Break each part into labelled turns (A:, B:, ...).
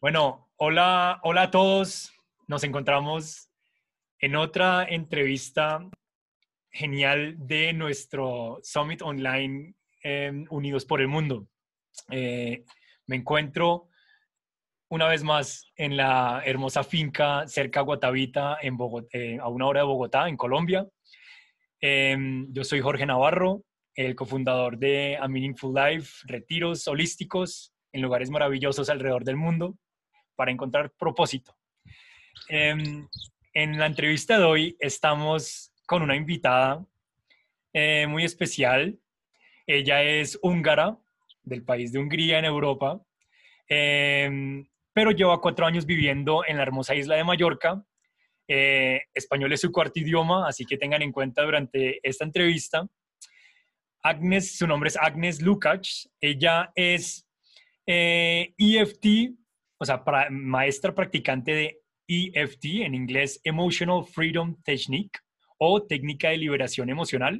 A: Bueno, hola, hola a todos. Nos encontramos en otra entrevista genial de nuestro Summit Online Unidos por el Mundo. Me encuentro una vez más en la hermosa finca cerca a Guatavita, a una hora de Bogotá, en Colombia. Yo soy Jorge Navarro, el cofundador de A Meaningful Life, retiros holísticos en lugares maravillosos alrededor del mundo para encontrar propósito. En la entrevista de hoy estamos con una invitada muy especial. Ella es húngara, del país de Hungría, en Europa, pero lleva 4 años viviendo en la hermosa isla de Mallorca. Español es su cuarto idioma, así que tengan en cuenta durante esta entrevista. Agnes, su nombre es Agnes Lukács. Ella es EFT, o sea, maestra practicante de EFT, en inglés Emotional Freedom Technique, o técnica de liberación emocional.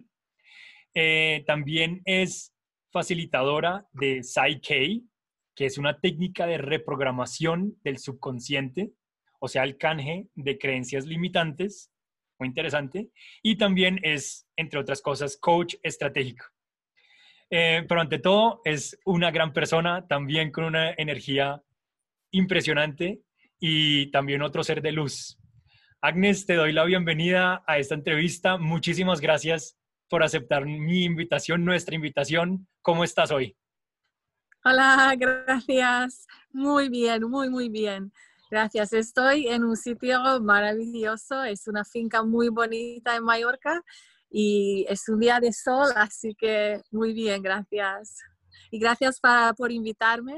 A: También es facilitadora de Psyche, que es una técnica de reprogramación del subconsciente, o sea, el canje de creencias limitantes, muy interesante. Y también es, entre otras cosas, coach estratégico. Pero ante todo es una gran persona, también con una energía impresionante y también otro ser de luz. Agnes, te doy la bienvenida a esta entrevista. Muchísimas gracias por aceptar mi invitación, nuestra invitación. ¿Cómo estás hoy?
B: Hola, gracias. Muy bien, muy bien. Gracias. Estoy en un sitio maravilloso. Es una finca muy bonita en Mallorca y es un día de sol, así que muy bien, gracias. Y gracias por invitarme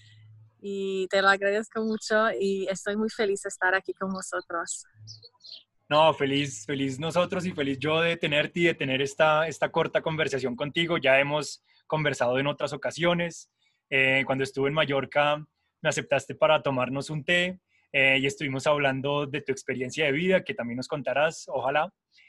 B: y te lo agradezco mucho y estoy muy feliz de estar aquí con vosotros.
A: No, feliz, feliz nosotros y feliz yo de tenerte y de tener esta corta conversación contigo. Ya hemos conversado en otras ocasiones. Cuando estuve en Mallorca, me aceptaste para tomarnos un té y estuvimos hablando de tu experiencia de vida, que también nos contarás, ojalá.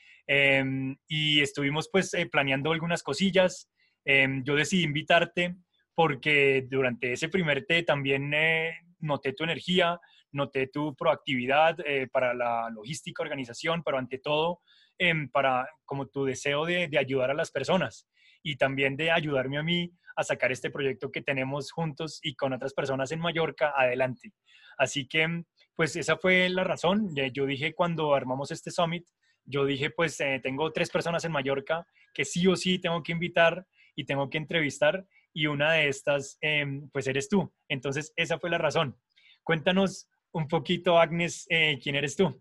A: Y estuvimos pues planeando algunas cosillas. Yo decidí invitarte porque durante ese primer té también noté tu energía, noté tu proactividad para la logística, organización, pero ante todo para como tu deseo de ayudar a las personas y también de ayudarme a mí a sacar este proyecto que tenemos juntos y con otras personas en Mallorca adelante. Así que pues esa fue la razón. Yo dije cuando armamos este summit, yo dije, pues tengo 3 personas en Mallorca que sí o sí tengo que invitar y tengo que entrevistar y una de estas, pues eres tú. Entonces, esa fue la razón. Cuéntanos un poquito, Agnes, ¿quién eres tú?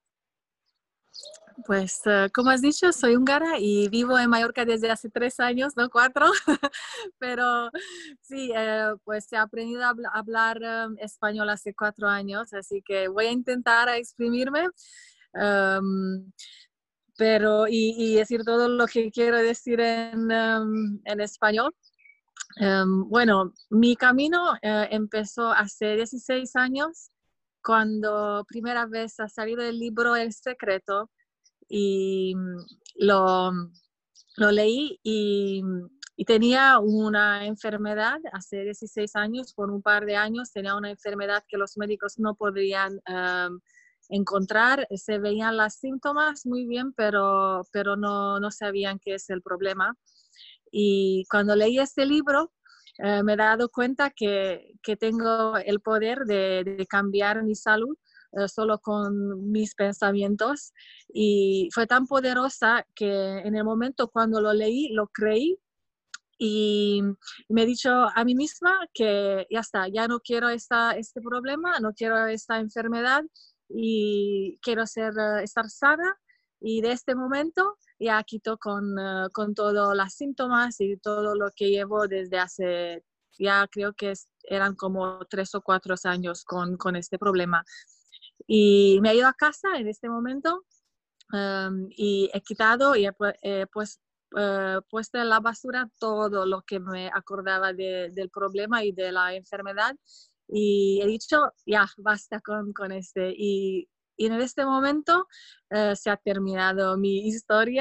B: Pues, como has dicho, soy húngara y vivo en Mallorca desde hace 3 años, no 4, pero sí, pues he aprendido a hablar español hace 4 años, así que voy a intentar exprimirme, um, pero y decir todo lo que quiero decir en español. Bueno, mi camino empezó hace 16 años, cuando primera vez ha salido el libro El Secreto y lo, lo leí y tenía una enfermedad hace 16 años, por un par de años, tenía una enfermedad que los médicos no podrían encontrar. Se veían los síntomas muy bien, pero no sabían qué es el problema. Y cuando leí este libro, me he dado cuenta que tengo el poder de cambiar mi salud solo con mis pensamientos, y fue tan poderosa que en el momento cuando lo leí, lo creí y me he dicho a mí misma que ya está, ya no quiero este problema, no quiero esta enfermedad y quiero estar sana, y de este momento ya quito con todos los síntomas y todo lo que llevo desde hace, ya creo que eran como 3 o 4 años con este problema. Y me he ido a casa en este momento y he quitado y puesto en la basura todo lo que me acordaba del problema y de la enfermedad. Y he dicho, ya, basta con este. Y en este momento se ha terminado mi historia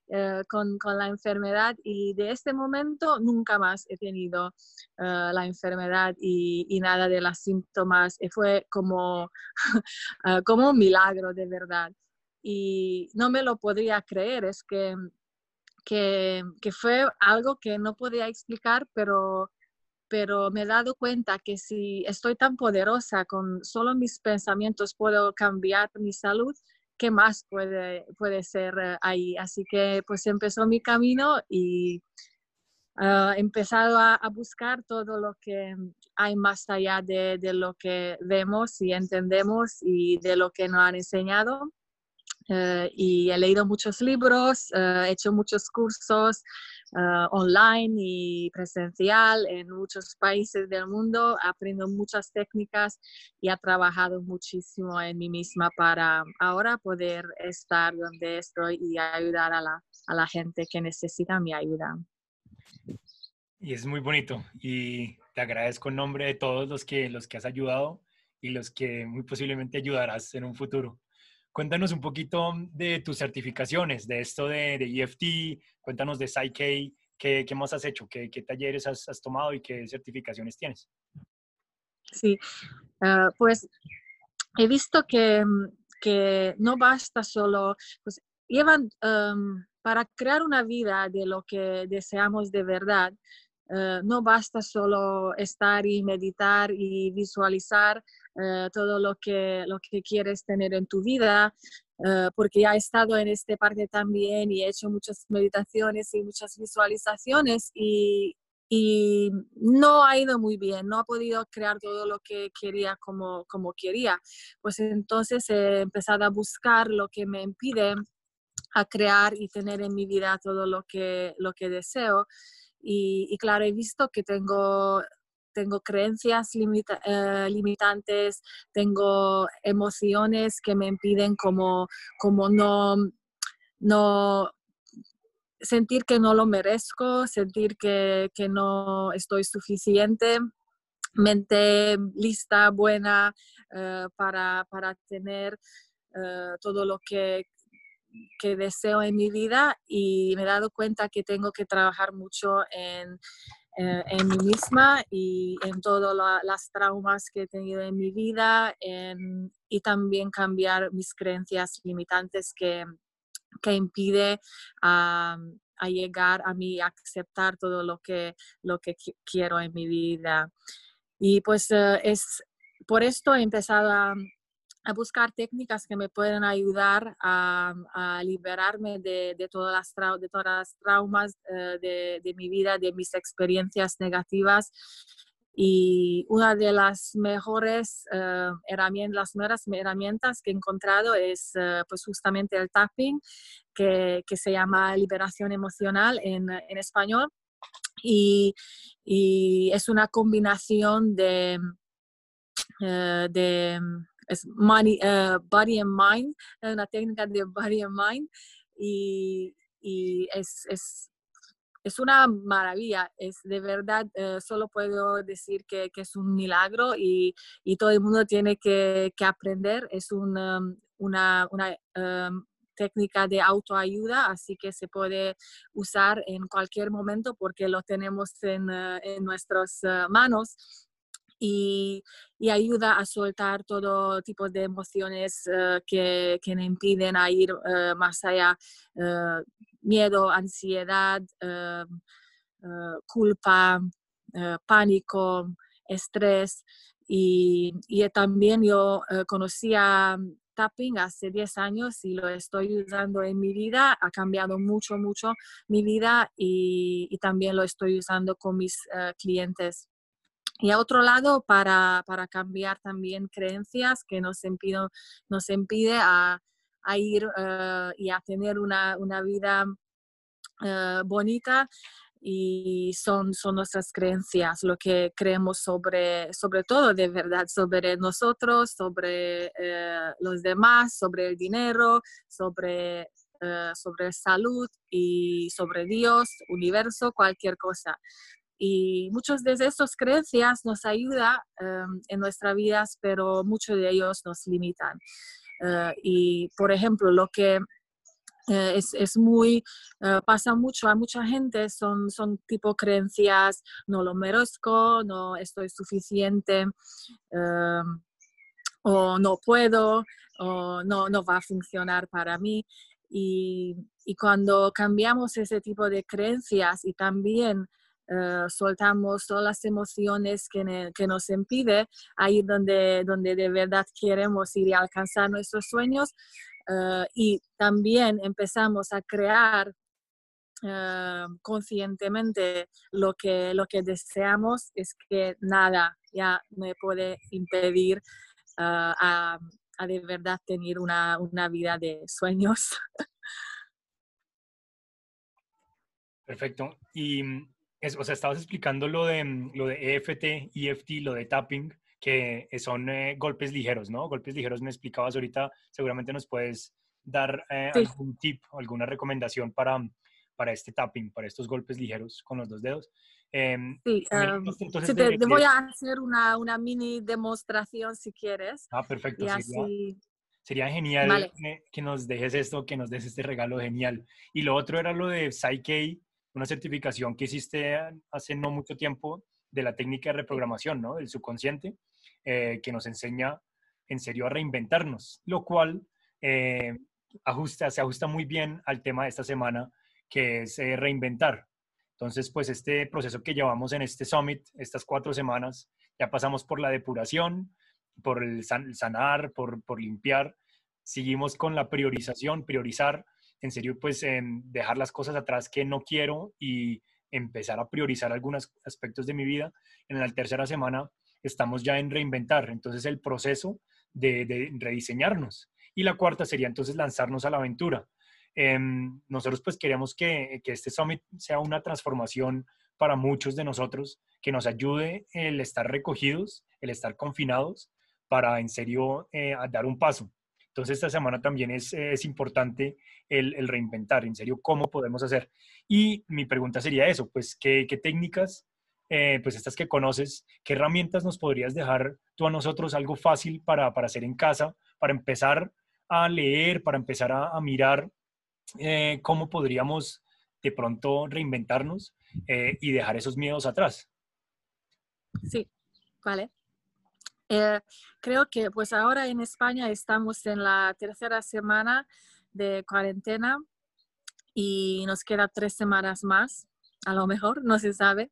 B: con la enfermedad y de este momento nunca más he tenido la enfermedad y nada de los síntomas. Y fue como, como un milagro de verdad. Y no me lo podría creer, es que fue algo que no podía explicar, pero me he dado cuenta que si estoy tan poderosa con solo mis pensamientos puedo cambiar mi salud, ¿qué más puede ser ahí? Así que pues empezó mi camino y he empezado a buscar todo lo que hay más allá de lo que vemos y entendemos y de lo que nos han enseñado. Y he leído muchos libros, he hecho muchos cursos online y presencial en muchos países del mundo, aprendo muchas técnicas y he trabajado muchísimo en mí misma para ahora poder estar donde estoy y ayudar a la gente que necesita mi ayuda.
A: Y es muy bonito y te agradezco en nombre de todos los que has ayudado y los que muy posiblemente ayudarás en un futuro. Cuéntanos un poquito de tus certificaciones, de esto de EFT, cuéntanos de PSYCH, ¿qué más has hecho? ¿Qué talleres has tomado y qué certificaciones tienes?
B: Sí, pues he visto que no basta solo, pues llevan, para crear una vida de lo que deseamos de verdad, no basta solo estar y meditar y visualizar todo lo que quieres tener en tu vida, porque ya he estado en esta parte también y he hecho muchas meditaciones y muchas visualizaciones y no ha ido muy bien, no ha podido crear todo lo que quería como quería. Pues entonces he empezado a buscar lo que me impide a crear y tener en mi vida todo lo que deseo. Y claro, he visto que tengo creencias limitantes, tengo emociones que me impiden como no sentir que no lo merezco, sentir que no estoy suficientemente lista, buena para tener todo lo que deseo en mi vida y me he dado cuenta que tengo que trabajar mucho en mí misma y en todas las traumas que he tenido en mi vida y también cambiar mis creencias limitantes que impide a llegar a mí, a aceptar todo lo que quiero en mi vida. Y pues por esto he empezado a buscar técnicas que me pueden ayudar a liberarme de de todas las traumas de mi vida, de mis experiencias negativas. Y una de las mejores herramientas que he encontrado es pues justamente el tapping, que se llama liberación emocional en español. Y, y es una combinación de body and mind, una técnica de body and mind y es una maravilla, es de verdad, solo puedo decir que es un milagro y todo el mundo tiene que aprender, es una técnica de autoayuda, así que se puede usar en cualquier momento porque lo tenemos en nuestras manos y ayuda a soltar todo tipo de emociones que me impiden a ir más allá. Miedo, ansiedad, culpa, pánico, estrés. Y también yo conocí a tapping hace 10 años y lo estoy usando en mi vida. Ha cambiado mucho, mucho mi vida y también lo estoy usando con mis clientes. Y a otro lado, para cambiar también creencias que nos impide a ir y a tener una vida bonita y son nuestras creencias, lo que creemos sobre todo de verdad, sobre nosotros, sobre los demás, sobre el dinero, sobre salud y sobre Dios, universo, cualquier cosa. Y muchas de esas creencias nos ayudan en nuestras vidas, pero muchos de ellos nos limitan. Y, por ejemplo, es muy, pasa mucho a mucha gente, son tipo creencias, no lo merezco, no estoy suficiente, eh, o no puedo, o no va a funcionar para mí. Y cuando cambiamos ese tipo de creencias y también soltamos todas las emociones que nos impide, ahí donde de verdad queremos ir y alcanzar nuestros sueños, y también empezamos a crear conscientemente lo que deseamos, es que nada ya me puede impedir a de verdad tener una vida de sueños.
A: Perfecto. Y o sea, estabas explicando lo de EFT, EFT, lo de tapping, que son golpes ligeros, ¿no? Golpes ligeros me explicabas ahorita, seguramente nos puedes dar
B: Sí,
A: algún tip o alguna recomendación para este tapping, para estos golpes ligeros con los dos dedos.
B: sí.
A: También hablaste entonces
B: Sí, te voy
A: de...
B: a hacer una mini demostración si quieres.
A: Ah, perfecto,
B: Y así,
A: sería genial
B: vale.
A: que nos dejes esto, que nos des este regalo genial. Y lo otro era lo de Psyche, una certificación que hiciste hace no mucho tiempo de la técnica de
B: Sí,
A: reprogramación, ¿no? Del subconsciente, que nos enseña en serio a reinventarnos, lo cual eh, se ajusta muy bien al tema de esta semana, que es reinventar. Entonces, pues este proceso que llevamos en este summit, estas 4 semanas, ya pasamos por la depuración, por el sanar, por limpiar. Seguimos con la priorización, priorizar, en serio, pues dejar las cosas atrás que no quiero y empezar a priorizar algunos aspectos de mi vida. En la tercera semana estamos ya en reinventar, entonces el proceso de rediseñarnos. Y la cuarta sería entonces lanzarnos a la aventura. Nosotros pues queremos que este summit sea una transformación para muchos de nosotros, que nos ayude el estar recogidos, el estar confinados, para en serio a dar un paso. Entonces esta semana también es importante el reinventar, en serio, cómo podemos hacer. Y mi pregunta sería eso, pues, ¿qué técnicas, pues estas que conoces, qué herramientas nos podrías dejar tú a nosotros, algo fácil para hacer en casa, para empezar a leer, para empezar a mirar cómo podríamos de pronto reinventarnos y dejar esos miedos atrás?
B: sí, vale. Eh, Creo que pues ahora en España estamos en la tercera semana de cuarentena y nos queda 3 semanas más, a lo mejor, no se sabe.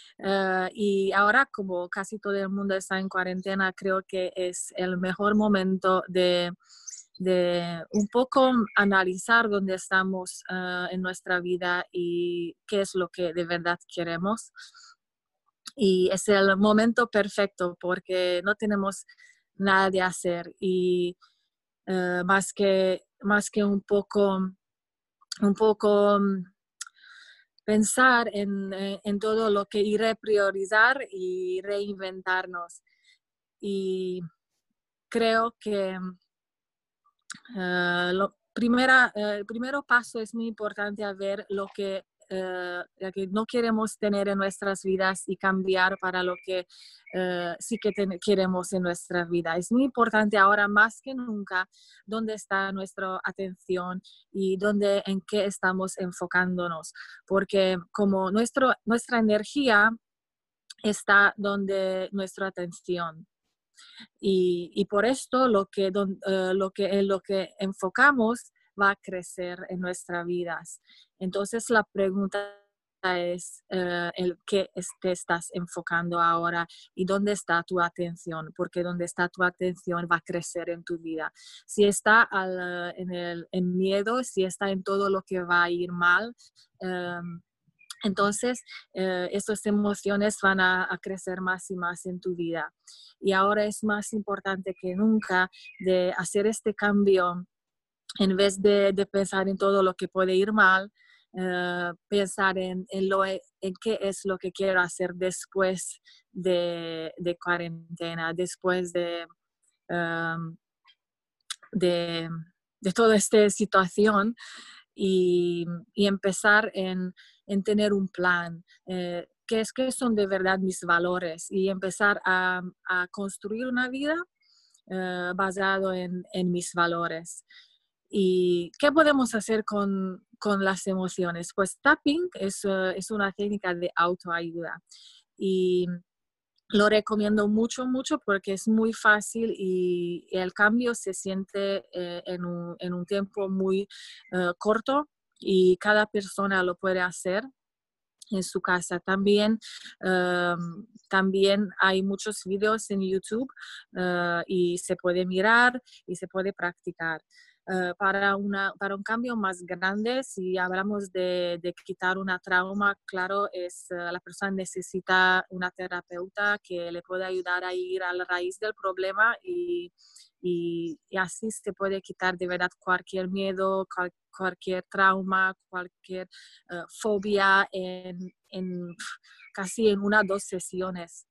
B: Y ahora, como casi todo el mundo está en cuarentena, creo que es el mejor momento de un poco analizar dónde estamos en nuestra vida y qué es lo que de verdad queremos. Y es el momento perfecto porque no tenemos nada de hacer y más que un poco pensar en todo lo que iré a priorizar y reinventarnos. Y creo que el primero paso es muy importante a ver lo que no queremos tener en nuestras vidas y cambiar para lo que sí que queremos en nuestra vida. Es muy importante ahora más que nunca dónde está nuestra atención y en qué estamos enfocándonos, porque como nuestra energía está donde nuestra atención. Y por esto lo que enfocamos va a crecer en nuestras vidas. Entonces la pregunta es el qué te estás enfocando ahora y dónde está tu atención, porque donde está tu atención va a crecer en tu vida. Si está en miedo, si está en todo lo que va a ir mal, entonces estas emociones van a crecer más y más en tu vida. Y ahora es más importante que nunca de hacer este cambio en vez de pensar en todo lo que puede ir mal, pensar en qué es lo que quiero hacer después de cuarentena, después um, de, de toda esta situación y empezar en tener un plan. ¿Qué son de verdad mis valores? Y empezar a construir una vida basado en mis valores. ¿Y qué podemos hacer con las emociones? Pues tapping es una técnica de autoayuda y lo recomiendo mucho, mucho porque es muy fácil y el cambio se siente en un tiempo muy corto y cada persona lo puede hacer en su casa. También hay muchos videos en YouTube y se puede mirar y se puede practicar. Para un cambio más grande, si hablamos de quitar una trauma, claro, la persona necesita una terapeuta que le pueda ayudar a ir a la raíz del problema y así se puede quitar de verdad cualquier miedo, cualquier trauma, cualquier fobia casi en 1 o 2 sesiones.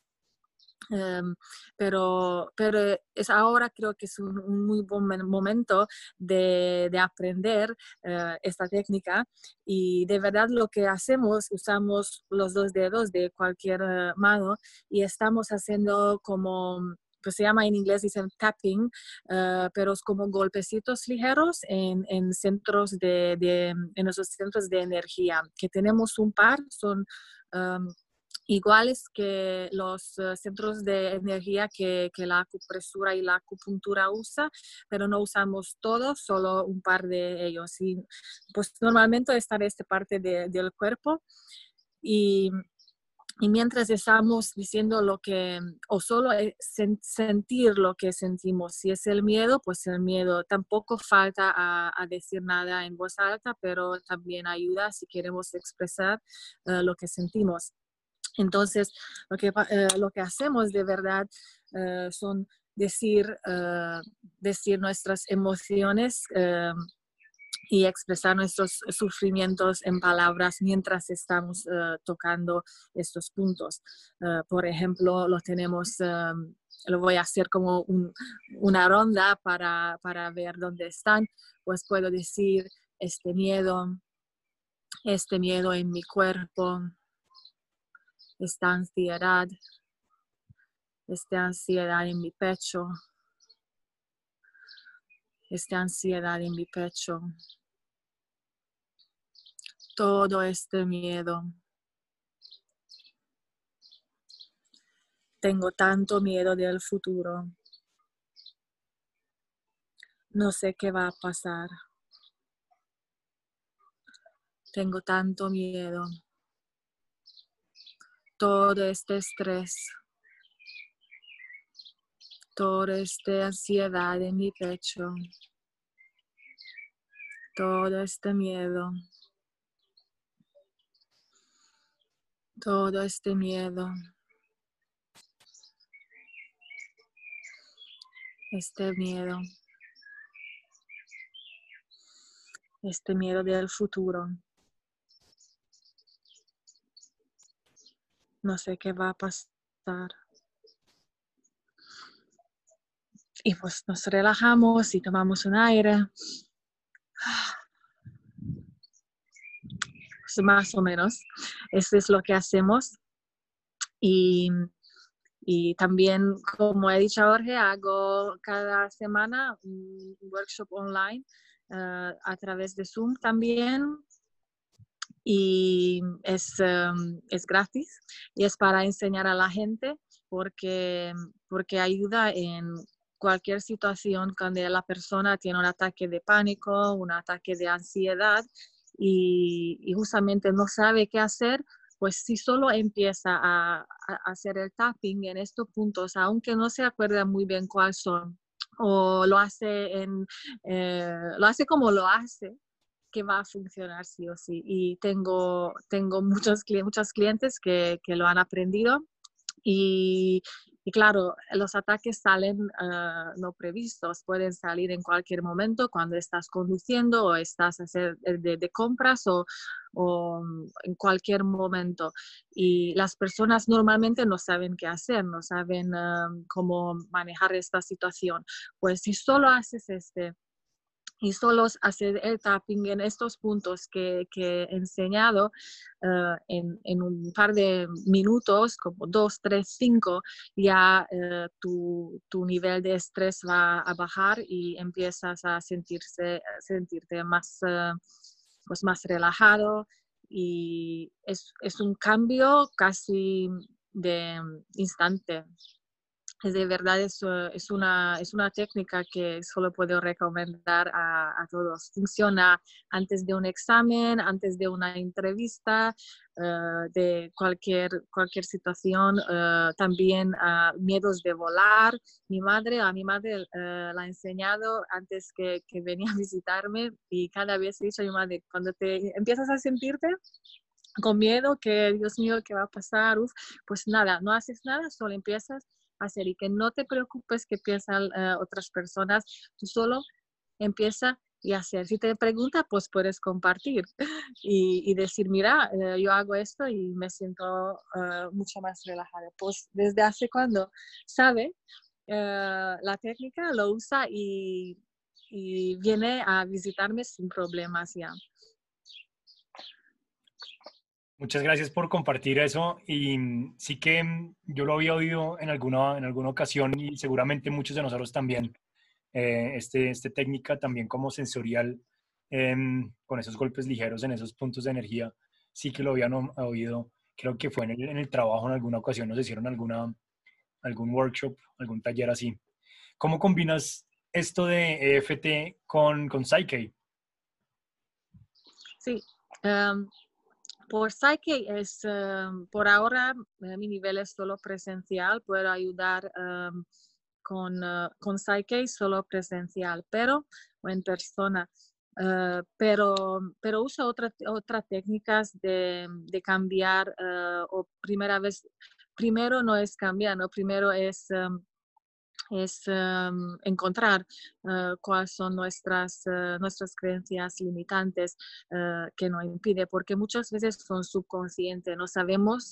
B: Pero es ahora creo que es un muy buen momento de aprender esta técnica y de verdad lo que hacemos, usamos los 2 dedos de cualquier mano y estamos haciendo como, pues se llama en inglés, dicen tapping, pero es como golpecitos ligeros en centros en esos centros de energía, que tenemos un par, son iguales que los centros de energía que la acupresura y la acupuntura usa, pero no usamos todos, solo un par de ellos. Y pues normalmente está en esta parte del cuerpo y mientras estamos diciendo o solo sentir lo que sentimos, si es el miedo, pues el miedo. Tampoco falta a decir nada en voz alta, pero también ayuda si queremos expresar lo que sentimos. Entonces, lo que hacemos de verdad son decir nuestras emociones y expresar nuestros sufrimientos en palabras mientras estamos tocando estos puntos. Por ejemplo, lo voy a hacer como una ronda para ver dónde están. Pues puedo decir este miedo en mi cuerpo, esta ansiedad en mi pecho, esta ansiedad en mi pecho, todo este miedo. Tengo tanto miedo del futuro. No sé qué va a pasar. Tengo tanto miedo. Todo este estrés, toda esta ansiedad en mi pecho, todo este miedo, todo este miedo, este miedo del futuro. No sé qué va a pasar. Y pues nos relajamos y tomamos un aire. Pues más o menos. Eso es lo que hacemos. Y también, como he dicho a Jorge, hago cada semana un workshop online a través de Zoom también. Y es gratis y es para enseñar a la gente porque ayuda en cualquier situación cuando la persona tiene un ataque de pánico, un ataque de ansiedad y justamente no sabe qué hacer. Pues si solo empieza a hacer el tapping en estos puntos, aunque no se acuerda muy bien cuáles son, o lo hace como lo hace, que va a funcionar sí o sí. Y tengo muchos clientes que lo han aprendido y claro, los ataques salen no previstos, pueden salir en cualquier momento cuando estás conduciendo o estás de compras o en cualquier momento. Y las personas normalmente no saben qué hacer, no saben cómo manejar esta situación. Pues si solo haces y solo hacer el tapping en estos puntos que he enseñado en un par de minutos, como 2, 3, 5, ya tu nivel de estrés va a bajar y empiezas a sentirte más, pues más relajado y es un cambio casi de instante. De verdad es una técnica que solo puedo recomendar a todos. Funciona antes de un examen, antes de una entrevista, de cualquier situación. También miedos de volar. A mi madre la he enseñado antes que venía a visitarme y cada vez he dicho a mi madre, cuando te empiezas a sentirte con miedo, que Dios mío, ¿qué va a pasar? Uf, pues nada, no haces nada, solo empiezas a hacer y que no te preocupes que piensan otras personas, tú solo empieza y hacer. Si te pregunta, pues puedes compartir y decir, mira, yo hago esto y me siento mucho más relajada. Pues desde hace cuando sabe la técnica, lo usa y viene a visitarme sin problemas ya.
A: Muchas gracias por compartir eso y sí que yo lo había oído en alguna ocasión y seguramente muchos de nosotros también, este técnica también como sensorial, con esos golpes ligeros en esos puntos de energía, sí que lo habían oído, creo que fue en el trabajo en alguna ocasión, nos hicieron algún workshop, algún taller así. ¿Cómo combinas esto de EFT con Psyche?
B: Sí, um, por Psyche por ahora mi nivel es solo presencial, puedo ayudar con Psyche solo presencial, pero o en persona. Pero uso otras técnicas de cambiar o primero no es cambiar, ¿no? Primero es encontrar cuáles son nuestras creencias limitantes que nos impide, porque muchas veces son subconscientes, no sabemos,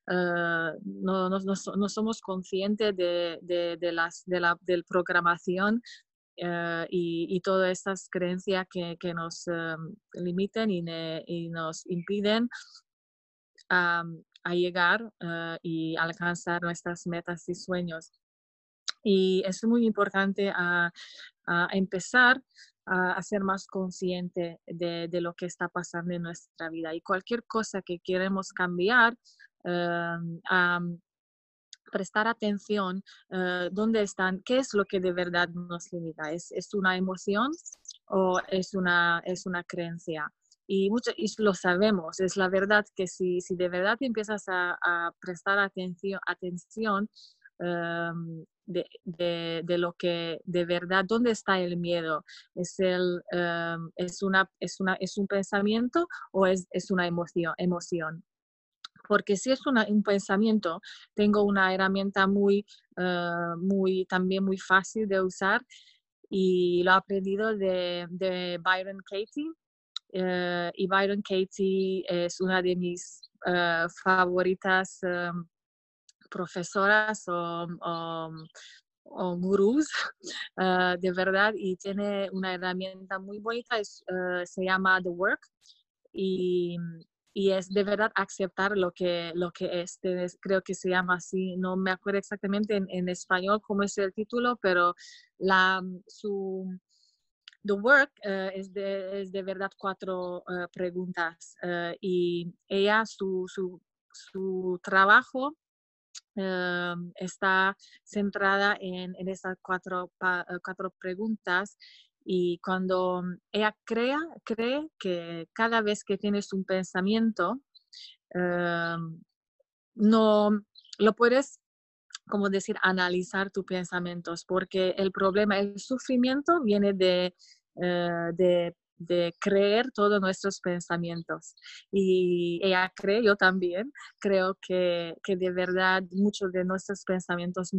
B: no somos conscientes de programación y todas estas creencias que nos limitan y nos impiden a llegar y alcanzar nuestras metas y sueños. Y es muy importante a empezar a ser más consciente de lo que está pasando en nuestra vida. Y cualquier cosa que queremos cambiar, a prestar atención dónde están, qué es lo que de verdad nos limita. ¿Es una emoción o es una creencia? Y lo sabemos, es la verdad que si de verdad empiezas a prestar atención de lo que de verdad, ¿dónde está el miedo? ¿Es un pensamiento o es una emoción? Porque si es un pensamiento, tengo una herramienta también muy fácil de usar y lo he aprendido de Byron Katie. Y Byron Katie es una de mis favoritas profesoras o gurús, de verdad, y tiene una herramienta muy bonita, se llama The Work, y, y es de verdad aceptar lo que es. Creo que se llama así, no me acuerdo exactamente en español cómo es el título, pero su The Work es de verdad 4 preguntas y ella, su trabajo está centrada en esas 4 preguntas y cuando ella cree que cada vez que tienes un pensamiento, eh, no lo puedes, como decir, analizar tus pensamientos, porque el problema, el sufrimiento viene de creer todos nuestros pensamientos. Y ella cree, yo también, creo que de verdad muchos de nuestros pensamientos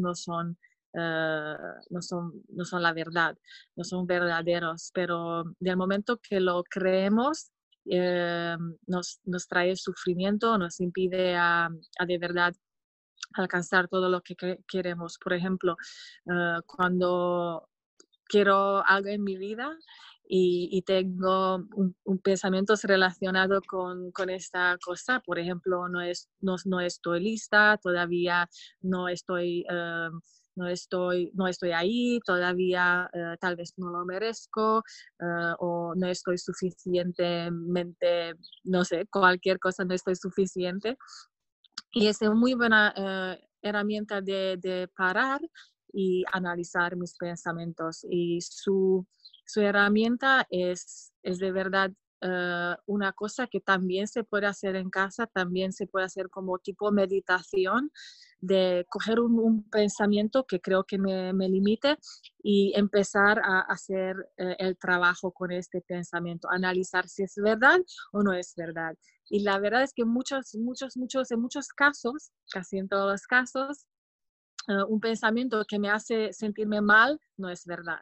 B: no son la verdad, no son verdaderos, pero del momento que lo creemos, nos trae sufrimiento, nos impide a de verdad alcanzar todo lo que queremos. Por ejemplo, cuando quiero algo en mi vida y tengo un pensamiento relacionado con esta cosa. Por ejemplo, no estoy lista, todavía no estoy, no estoy ahí, todavía tal vez no lo merezco, o no estoy suficientemente, no sé, cualquier cosa no estoy suficiente. Y es una muy buena herramienta de parar y analizar mis pensamientos. Y su herramienta es de verdad una cosa que también se puede hacer en casa, también se puede hacer como tipo meditación, de coger un pensamiento que creo que me limite y empezar a hacer el trabajo con este pensamiento, analizar si es verdad o no es verdad. Y la verdad es que en muchos casos, casi en todos los casos, un pensamiento que me hace sentirme mal no es verdad.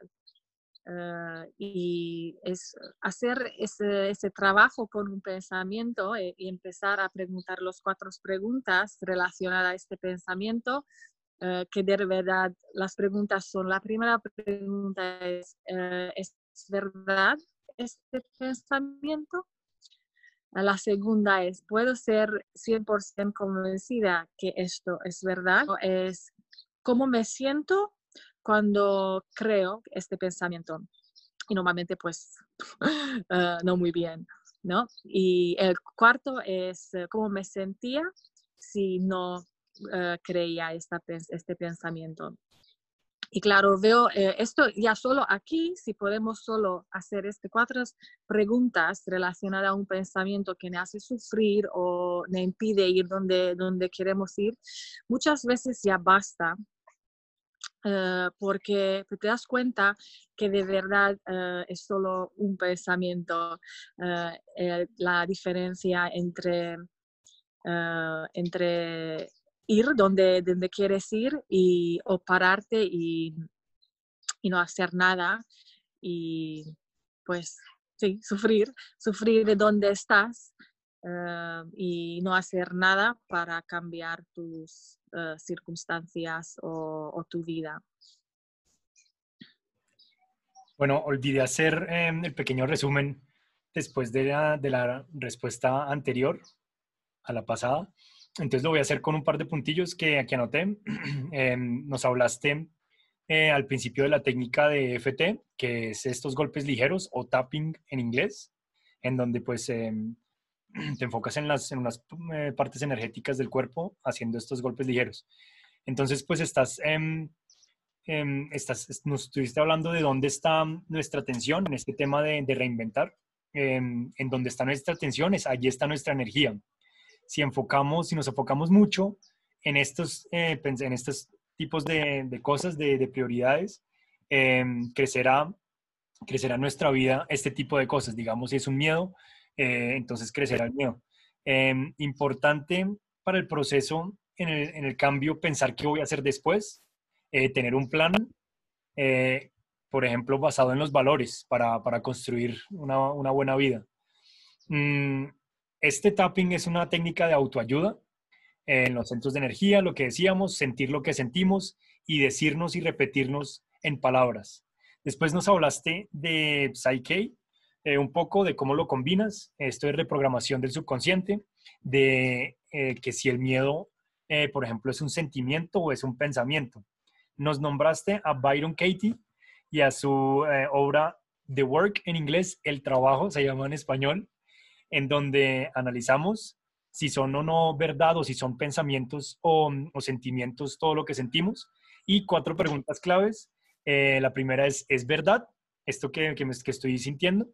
B: Y es hacer ese trabajo con un pensamiento y empezar a preguntar las 4 preguntas relacionadas a este pensamiento, que de verdad las preguntas son, la primera pregunta ¿es verdad este pensamiento? La segunda es, ¿puedo ser 100% convencida que esto es verdad? Es, ¿cómo me siento cuando creo este pensamiento? Y normalmente, pues, no muy bien, ¿no? Y el cuarto es, ¿cómo me sentía si no creía este pensamiento? Y claro, veo esto ya solo aquí, si podemos solo hacer 4 preguntas relacionadas a un pensamiento que me hace sufrir o me impide ir donde queremos ir, muchas veces ya basta, porque te das cuenta que de verdad es solo un pensamiento. La diferencia entre ir donde quieres ir o pararte y no hacer nada y pues sí, sufrir de dónde estás, y no hacer nada para cambiar tus circunstancias o tu vida.
A: Bueno, olvidé hacer el pequeño resumen después de la respuesta anterior a la pasada. Entonces lo voy a hacer con un par de puntillos que anoté. Nos hablaste al principio de la técnica de EFT, que es estos golpes ligeros o tapping en inglés, en donde pues te enfocas en unas partes energéticas del cuerpo haciendo estos golpes ligeros. Entonces pues nos estuviste hablando de dónde está nuestra atención en este tema de reinventar. En donde está nuestra atención, allí está nuestra energía. Si nos enfocamos mucho en estos tipos de cosas, de prioridades, eh, crecerá, crecerá en nuestra vida este tipo de cosas. Digamos, si es un miedo, entonces crecerá el miedo. Importante para el proceso en el cambio, pensar qué voy a hacer después, tener un plan, eh, por ejemplo, basado en los valores para construir una buena vida. Mm, Este tapping es una técnica de autoayuda en los centros de energía, lo que decíamos, sentir lo que sentimos y decirnos y repetirnos en palabras. Después nos hablaste de Psyche, un poco de cómo lo combinas. Esto es reprogramación del subconsciente, de que si el miedo, por ejemplo, es un sentimiento o es un pensamiento. Nos nombraste a Byron Katie y a su obra The Work en inglés, El Trabajo, se llama en español, en donde analizamos si son o no verdad o si son pensamientos o sentimientos, todo lo que sentimos. Y 4 preguntas claves. La primera ¿es verdad esto que estoy sintiendo?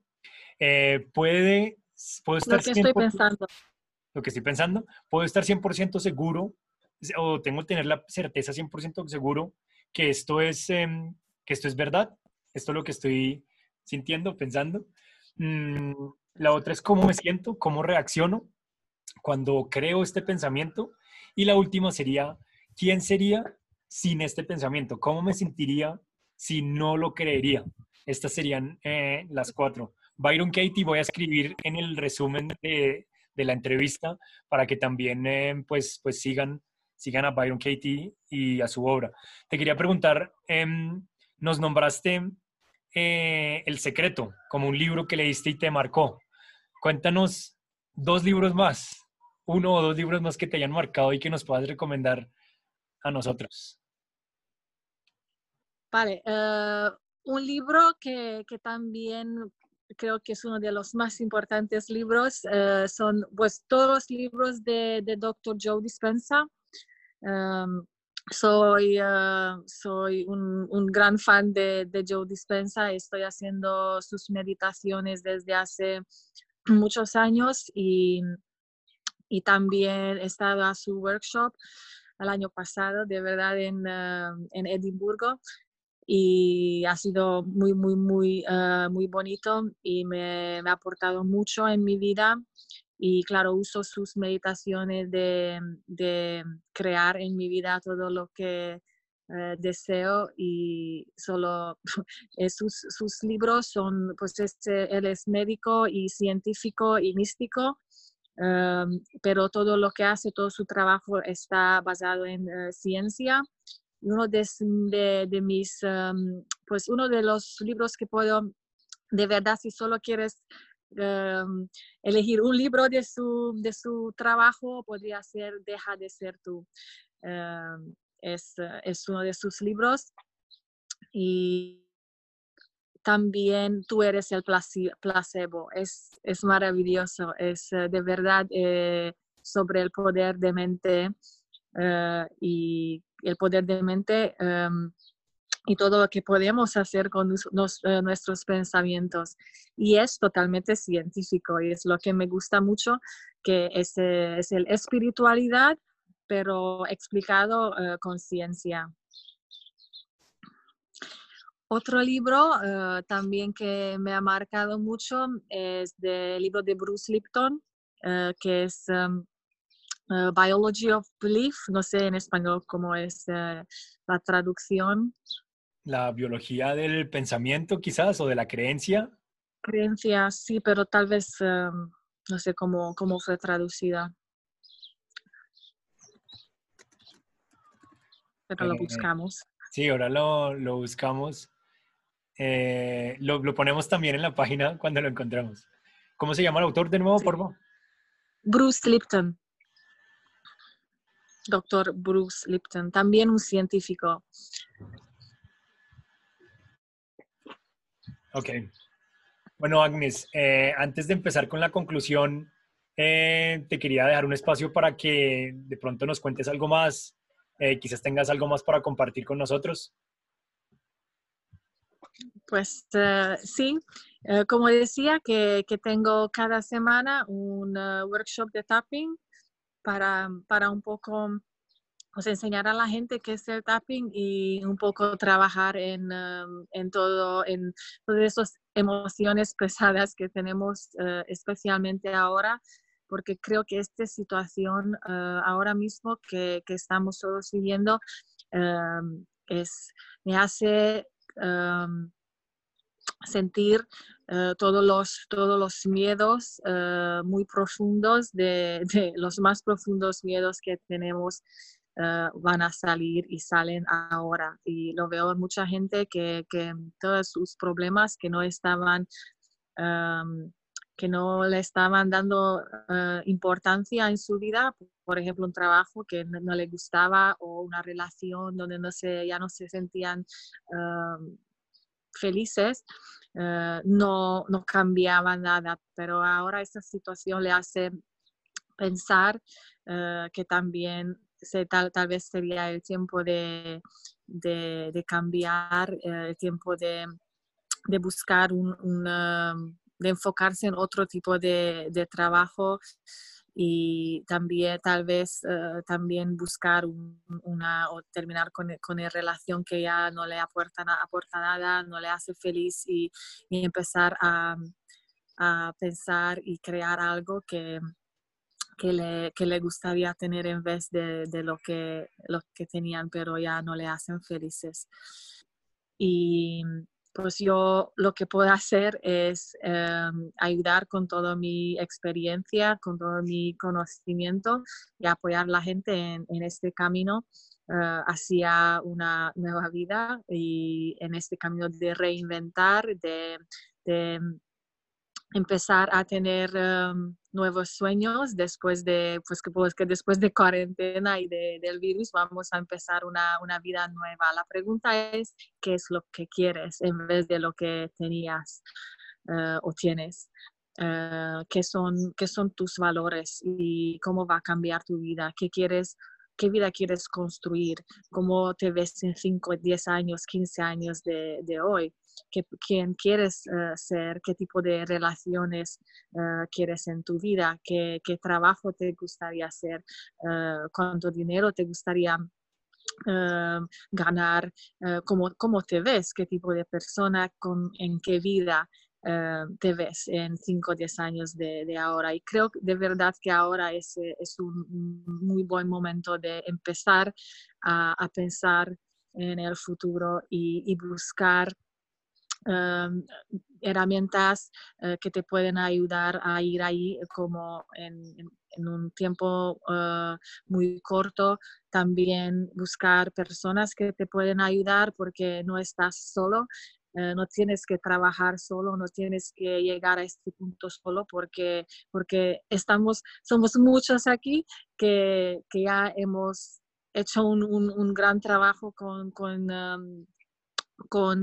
A: ¿Puedo
B: Lo
A: estar
B: que estoy
A: 100%,
B: pensando.
A: lo que estoy pensando, puedo estar 100% seguro o tengo que tener la certeza 100% seguro que esto es verdad? ¿Esto es lo que estoy sintiendo, pensando? Mm, la otra es cómo me siento, cómo reacciono cuando creo este pensamiento. Y la última sería, ¿quién sería sin este pensamiento? ¿Cómo me sentiría si no lo creería? Estas serían las 4. Byron Katie voy a escribir en el resumen de la entrevista para que también pues sigan a Byron Katie y a su obra. Te quería preguntar, nos nombraste El Secreto, como un libro que leíste y te marcó. Cuéntanos 2 libros más, 1 o 2 libros más que te hayan marcado y que nos puedas recomendar a nosotros.
B: Vale, un libro que también creo que es uno de los más importantes libros, son pues todos los libros de Dr. Joe Dispenza. Um, soy un gran fan de Joe Dispenza. Estoy haciendo sus meditaciones desde hace muchos años y también he estado a su workshop el año pasado, de verdad, en Edimburgo. Y ha sido muy bonito y me ha aportado mucho en mi vida. Y claro, uso sus meditaciones de crear en mi vida todo lo que deseo y solo sus libros son, pues él es médico y científico y místico, pero todo lo que hace, todo su trabajo está basado en ciencia. Uno de mis, pues uno de los libros que puedo, de verdad, si solo quieres elegir un libro de su trabajo, podría ser Deja de ser tú. Es uno de sus libros. Y también Tú eres el placebo. Es maravilloso. Es de verdad sobre el poder de mente y el poder de mente y todo lo que podemos hacer con nuestros pensamientos. Y es totalmente científico y es lo que me gusta mucho, que es el espiritualidad, pero explicado con ciencia. Otro libro también que me ha marcado mucho es el libro de Bruce Lipton, que es Biology of Belief. No sé en español cómo es la traducción.
A: La biología del pensamiento, quizás, o de la creencia.
B: Creencia, sí, pero tal vez no sé cómo fue traducida, pero lo
A: Eh,
B: buscamos.
A: sí, ahora lo buscamos. Lo ponemos también en la página cuando lo encontramos. ¿Cómo se llama el autor de nuevo,
B: Sí.
A: por favor?
B: Bruce Lipton, doctor Bruce Lipton, también un científico.
A: Ok. Bueno, Agnes, antes de empezar con la conclusión, te quería dejar un espacio para que de pronto nos cuentes algo más, quizás tengas algo más para compartir con nosotros.
B: Pues sí, como decía, que tengo cada semana un workshop de tapping para un poco pues, enseñar a la gente qué es el tapping y un poco trabajar en todas esas emociones pesadas que tenemos, especialmente ahora, porque creo que esta situación ahora mismo que estamos todos viviendo eh, me hace sentir todos los miedos muy profundos, de los más profundos miedos que tenemos van a salir y salen ahora. Y lo veo en mucha gente que todos sus problemas que no le estaban dando importancia en su vida, por ejemplo, un trabajo que no le gustaba o una relación donde ya no se sentían felices, no cambiaba nada, pero ahora esta situación le hace pensar que también tal vez sería el tiempo de cambiar, el tiempo de buscar de enfocarse en otro tipo de trabajo y también tal vez también buscar o terminar con la relación que ya no le aporta nada, no le hace feliz y empezar a pensar y crear algo que le gustaría tener en vez de lo que tenían, pero ya no le hacen felices. Y pues yo lo que puedo hacer es ayudar con toda mi experiencia, con todo mi conocimiento y apoyar a la gente en este camino hacia una nueva vida y en este camino de reinventar, de empezar a tener nuevos sueños después de, pues que después de cuarentena y del virus vamos a empezar una vida nueva. La pregunta es, ¿qué es lo que quieres en vez de lo que tenías o tienes? Qué son tus valores y cómo va a cambiar tu vida? ¿Qué vida quieres construir? ¿Cómo te ves en 5, 10 años, 15 años de hoy? ¿Quién quieres ser? ¿Qué tipo de relaciones quieres en tu vida? ¿Qué trabajo te gustaría hacer? ¿Cuánto dinero te gustaría uh, ganar? ¿Cómo te ves? ¿Qué tipo de persona? ¿En qué vida te ves en 5 o 10 años de ahora? Y creo de verdad que ahora es un muy buen momento de empezar a pensar en el futuro y buscar um, herramientas que te pueden ayudar a ir ahí como en un tiempo muy corto. También buscar personas que te pueden ayudar porque no estás solo. No tienes que trabajar solo, no tienes que llegar a este punto solo porque somos muchos aquí que ya hemos hecho un gran trabajo con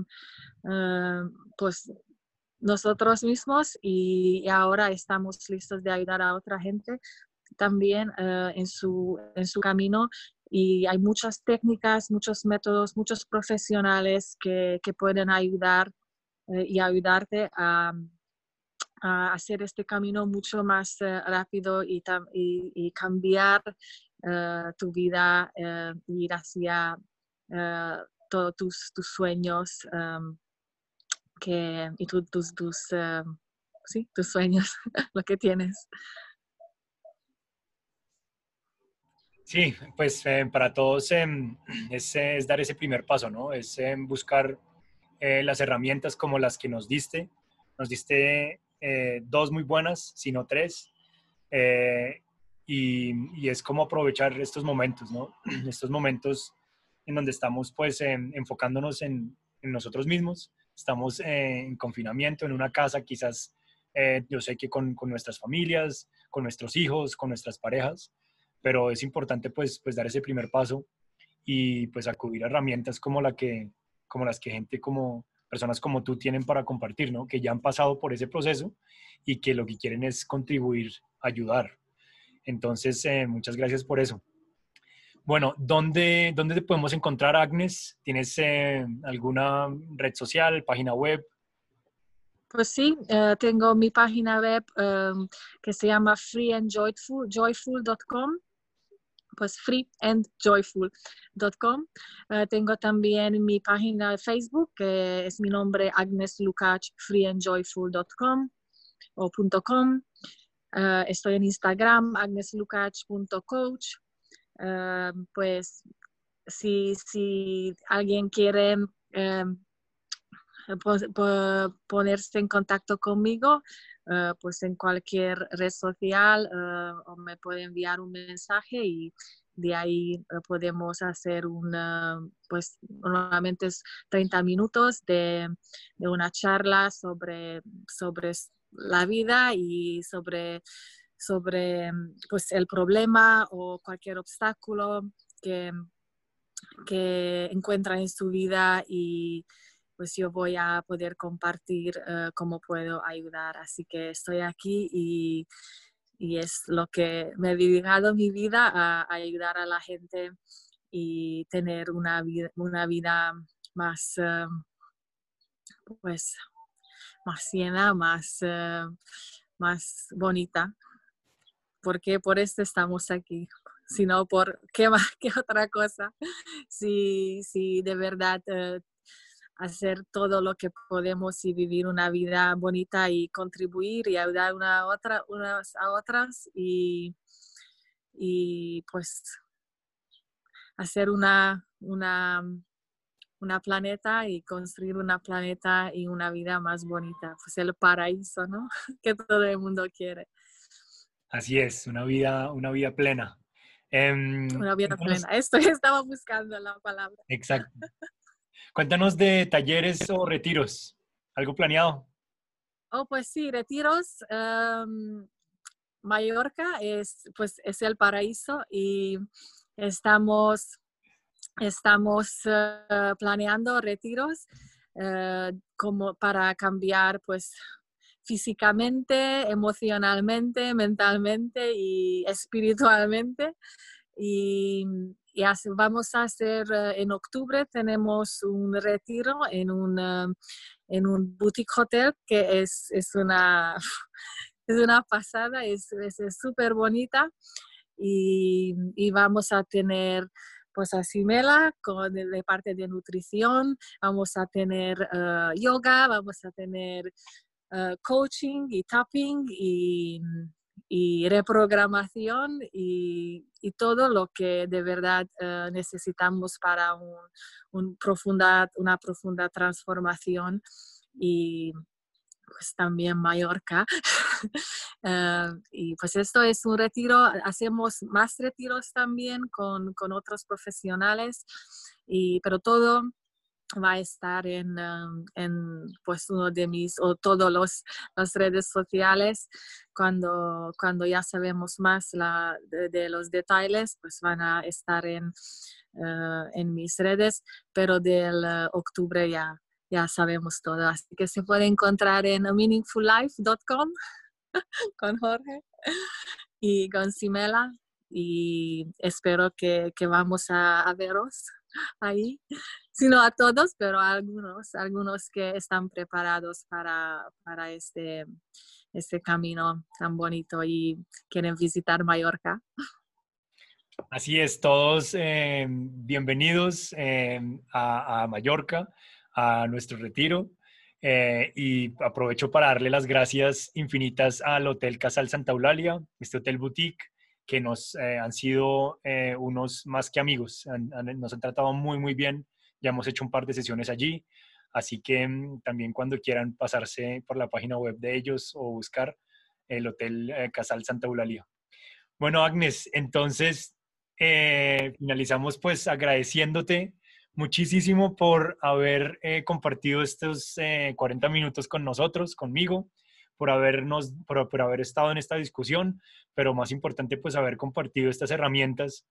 B: pues nosotros mismos y ahora estamos listos de ayudar a otra gente también en su camino y hay muchas técnicas, muchos métodos, muchos profesionales que pueden ayudar y ayudarte a hacer este camino mucho más rápido y cambiar tu vida, ir hacia uh, todos tus sueños y sí, tus sueños, lo que tienes.
A: Sí, pues para todos es dar ese primer paso, ¿no? Es buscar las herramientas como las que nos diste. Nos diste dos muy buenas, sino tres. eh, y es como aprovechar estos momentos, ¿no? Estos momentos en donde estamos pues enfocándonos en nosotros mismos. Estamos en confinamiento, en una casa quizás, yo sé que con nuestras familias, con nuestros hijos, con nuestras parejas, pero es importante pues dar ese primer paso y pues acudir a herramientas como las que gente como personas como tú tienen para compartir, ¿no? Que ya han pasado por ese proceso y que lo que quieren es contribuir, ayudar. Entonces, muchas gracias por eso. Bueno, ¿dónde te podemos encontrar, Agnes? ¿Tienes alguna red social, página web?
B: Pues sí, tengo mi página web que se llama freeandjoyful.com, pues freeandjoyful.com. Tengo también mi página de Facebook, que es mi nombre, Agnes Lukács, freeandjoyful.com o .com. Estoy en Instagram, agneslukács.coach. Pues si alguien quiere ponerse en contacto conmigo, pues en cualquier red social o me puede enviar un mensaje y de ahí podemos hacer pues normalmente es 30 minutos de una charla sobre la vida y sobre pues el problema o cualquier obstáculo que, que encuentran en su vida y pues yo voy a poder compartir cómo puedo ayudar. Así que estoy aquí y es lo que me he dedicado mi vida a ayudar a la gente y tener una vida más, pues, más llena, más bonita. Porque por esto estamos aquí, sino por qué más que otra cosa. Si de verdad hacer todo lo que podemos y vivir una vida bonita y contribuir y ayudar unas a otras y pues hacer una planeta y construir una planeta y una vida más bonita. Pues el paraíso, ¿no? Que todo el mundo quiere.
A: Así es, una vida plena.
B: Una vida plena.
A: Cuéntanos,
B: Esto estaba buscando la palabra.
A: exacto. Cuéntanos de talleres o retiros. ¿Algo planeado?
B: Oh, pues sí, retiros. Mallorca pues, es el paraíso y estamos, estamos planeando retiros como para cambiar pues físicamente, emocionalmente, mentalmente y espiritualmente. Y, vamos a hacer, en octubre tenemos un retiro en un boutique hotel que es una pasada, es súper bonita y vamos a tener pues a Simela de parte de nutrición, vamos a tener yoga, vamos a tener coaching y tapping y reprogramación y todo lo que de verdad necesitamos para una profunda transformación y pues también Mallorca. Y pues esto es un retiro, hacemos más retiros también con otros profesionales, pero todo va a estar en pues uno de o todos las redes sociales. Cuando ya sabemos más de los detalles, pues van a estar en mis redes, pero del octubre ya sabemos todo. Así que se puede encontrar en meaningfullife.com con Jorge y con Simela y espero que vamos a veros ahí. Si no a todos, pero a algunos que están preparados para este camino tan bonito y quieren visitar Mallorca.
A: Así es, todos bienvenidos a Mallorca, a nuestro retiro. Y aprovecho para darle las gracias infinitas al Hotel Casal Santa Eulalia, este hotel boutique, que nos han sido unos más que amigos. Nos han tratado muy, muy bien. Ya hemos hecho un par de sesiones allí. Así que también cuando quieran pasarse por la página web de ellos o buscar el Hotel Casal Santa Eulalia. Bueno, Agnes, entonces finalizamos pues agradeciéndote muchísimo por haber compartido estos 40 minutos con nosotros, conmigo, por haber estado en esta discusión, pero más importante pues haber compartido estas herramientas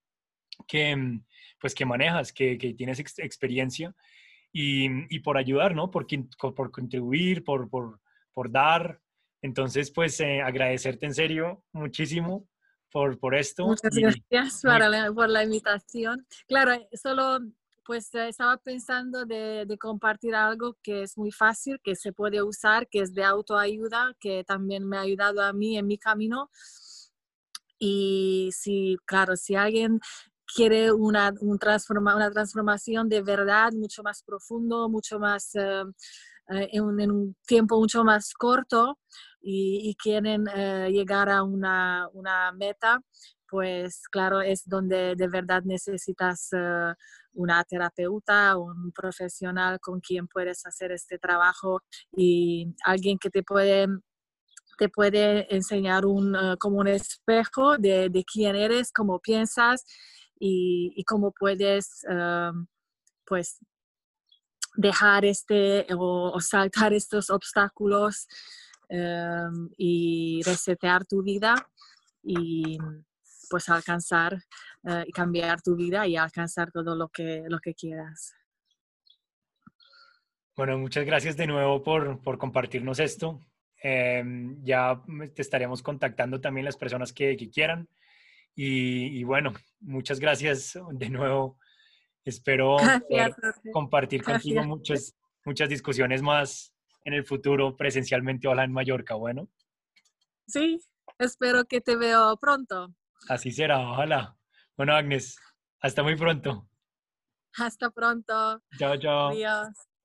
A: pues que manejas, que tienes experiencia y por ayudar, ¿no? Por contribuir, por dar. Entonces, pues agradecerte en serio muchísimo por esto
B: Muchas
A: y
B: gracias
A: muy,
B: por la invitación. Claro, solo pues estaba pensando de compartir algo que es muy fácil, que se puede usar, que es de autoayuda, que también me ha ayudado a mí en mi camino. Y si, claro, si alguien quiere una transformación de verdad mucho más profundo, mucho más, en un tiempo mucho más corto y quieren llegar a una meta, pues claro, es donde de verdad necesitas una terapeuta o un profesional con quien puedes hacer este trabajo y alguien que te puede enseñar como un espejo de quién eres, cómo piensas y cómo puedes pues dejar o saltar estos obstáculos y resetear tu vida y pues alcanzar y cambiar tu vida y alcanzar todo lo que quieras.
A: bueno, muchas gracias de nuevo por compartirnos esto. Ya te estaremos contactando también las personas que quieran. Y bueno, muchas gracias de nuevo. Espero
B: Gracias,
A: poder
B: Jorge.
A: compartir contigo
B: Gracias.
A: muchas discusiones más en el futuro presencialmente, ojalá en Mallorca. Bueno,
B: Sí, espero que te veo pronto.
A: así será, ojalá. Bueno, Agnes, hasta muy pronto.
B: Hasta pronto.
A: Chao, chao.
B: Adiós.